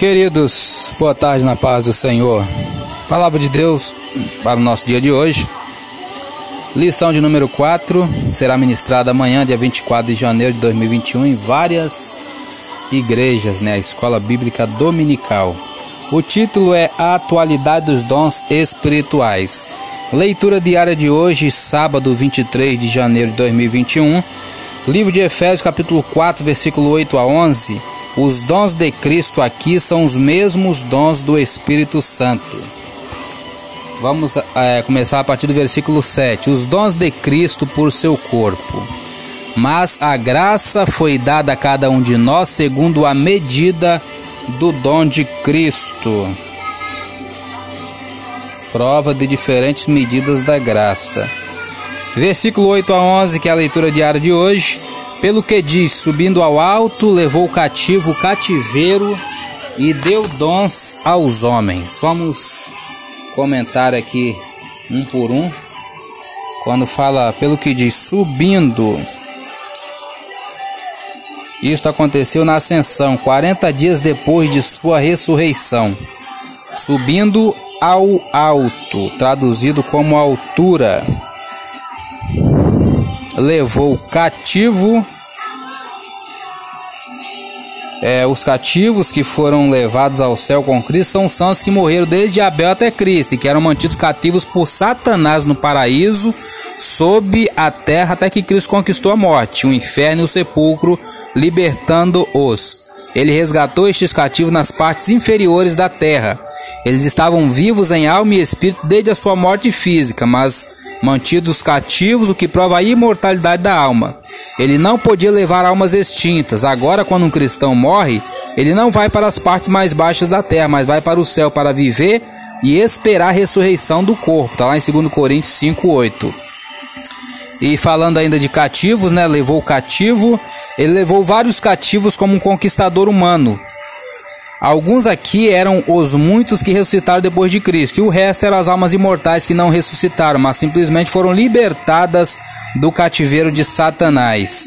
Queridos, boa tarde na paz do Senhor. Palavra de Deus para o nosso dia de hoje. Lição de número 4 será ministrada amanhã, dia 24 de janeiro de 2021, em várias igrejas, a Escola Bíblica Dominical. O título é A Atualidade dos Dons Espirituais. Leitura diária de hoje, sábado 23 de janeiro de 2021. Livro de Efésios, capítulo 4, versículo 8 a 11. Os dons de Cristo aqui são os mesmos dons do Espírito Santo. Vamos começar a partir do versículo 7. Os dons de Cristo por seu corpo. Mas a graça foi dada a cada um de nós segundo a medida do dom de Cristo. Prova de diferentes medidas da graça. Versículo 8 a 11, que é a leitura diária de hoje. Pelo que diz, subindo ao alto, levou o cativo o cativeiro e deu dons aos homens. Vamos comentar aqui um por um. Quando fala pelo que diz, subindo. Isto aconteceu na ascensão, 40 dias depois de sua ressurreição. Subindo ao alto, traduzido como altura. Levou cativo, os cativos que foram levados ao céu com Cristo são os santos que morreram desde Abel até Cristo, e que eram mantidos cativos por Satanás no paraíso, sob a terra, até que Cristo conquistou a morte, o inferno e o sepulcro, libertando-os. Ele resgatou estes cativos nas partes inferiores da terra. Eles estavam vivos em alma e espírito desde a sua morte física, mas mantidos cativos, o que prova a imortalidade da alma. Ele não podia levar almas extintas. Agora, quando um cristão morre, ele não vai para as partes mais baixas da terra, mas vai para o céu para viver e esperar a ressurreição do corpo. Está lá em 2 Coríntios 5:8. E falando ainda de cativos, levou o cativo. Ele levou vários cativos como um conquistador humano. Alguns aqui eram os muitos que ressuscitaram depois de Cristo, e o resto eram as almas imortais que não ressuscitaram, mas simplesmente foram libertadas do cativeiro de Satanás.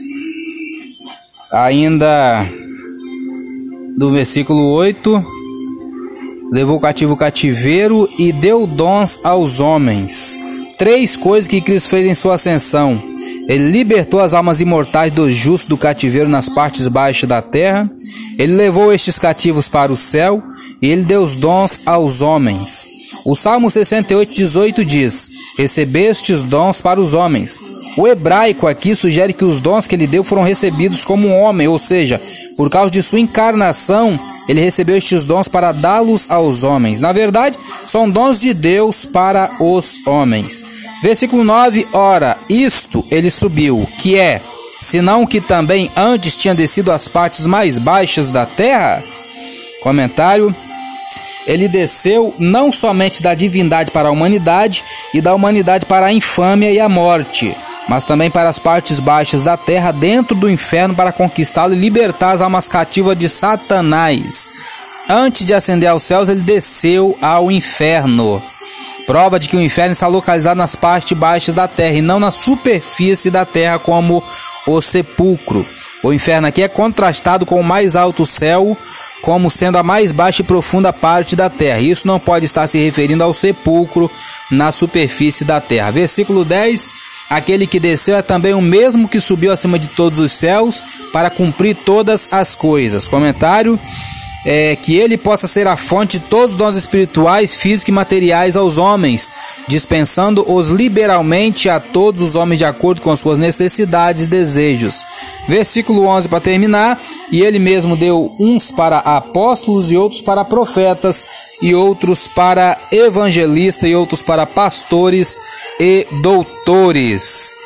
Ainda do versículo 8, levou o cativo o cativeiro e deu dons aos homens. 3 coisas que Cristo fez em sua ascensão. Ele libertou as almas imortais dos justos do cativeiro nas partes baixas da terra. Ele levou estes cativos para o céu e ele deu os dons aos homens. O Salmo 68:18 diz: recebestes dons para os homens. O hebraico aqui sugere que os dons que ele deu foram recebidos como um homem, ou seja, por causa de sua encarnação, ele recebeu estes dons para dá-los aos homens. Na verdade, são dons de Deus para os homens. Versículo 9, ora, isto ele subiu, que é, senão que também antes tinha descido às partes mais baixas da terra? Comentário, ele desceu não somente da divindade para a humanidade e da humanidade para a infâmia e a morte, mas também para as partes baixas da terra, dentro do inferno, para conquistá-lo e libertar as almas cativas de Satanás. Antes de ascender aos céus, ele desceu ao inferno. Prova de que o inferno está localizado nas partes baixas da terra e não na superfície da terra como o sepulcro. O inferno aqui é contrastado com o mais alto céu como sendo a mais baixa e profunda parte da terra. Isso não pode estar se referindo ao sepulcro na superfície da terra. Versículo 10. Aquele que desceu é também o mesmo que subiu acima de todos os céus para cumprir todas as coisas. Comentário. Que ele possa ser a fonte de todos os dons espirituais, físicos e materiais aos homens, dispensando-os liberalmente a todos os homens de acordo com as suas necessidades e desejos. Versículo 11 para terminar. E ele mesmo deu uns para apóstolos e outros para profetas e outros para evangelistas e outros para pastores e doutores.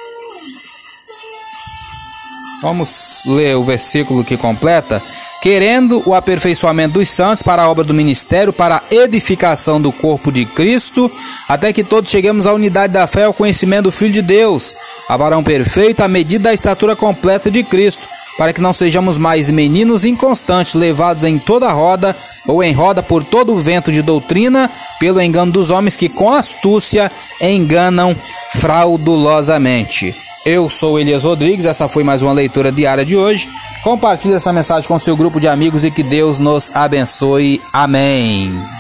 Vamos ler o versículo que completa. Querendo o aperfeiçoamento dos santos para a obra do ministério, para a edificação do corpo de Cristo, até que todos cheguemos à unidade da fé e ao conhecimento do Filho de Deus, a varão perfeito, à medida da estatura completa de Cristo, para que não sejamos mais meninos inconstantes, levados em toda roda ou em roda por todo o vento de doutrina, pelo engano dos homens que com astúcia enganam fraudulosamente. Eu sou Elias Rodrigues, essa foi mais uma leitura diária de hoje. Compartilhe essa mensagem com seu grupo de amigos e que Deus nos abençoe. Amém.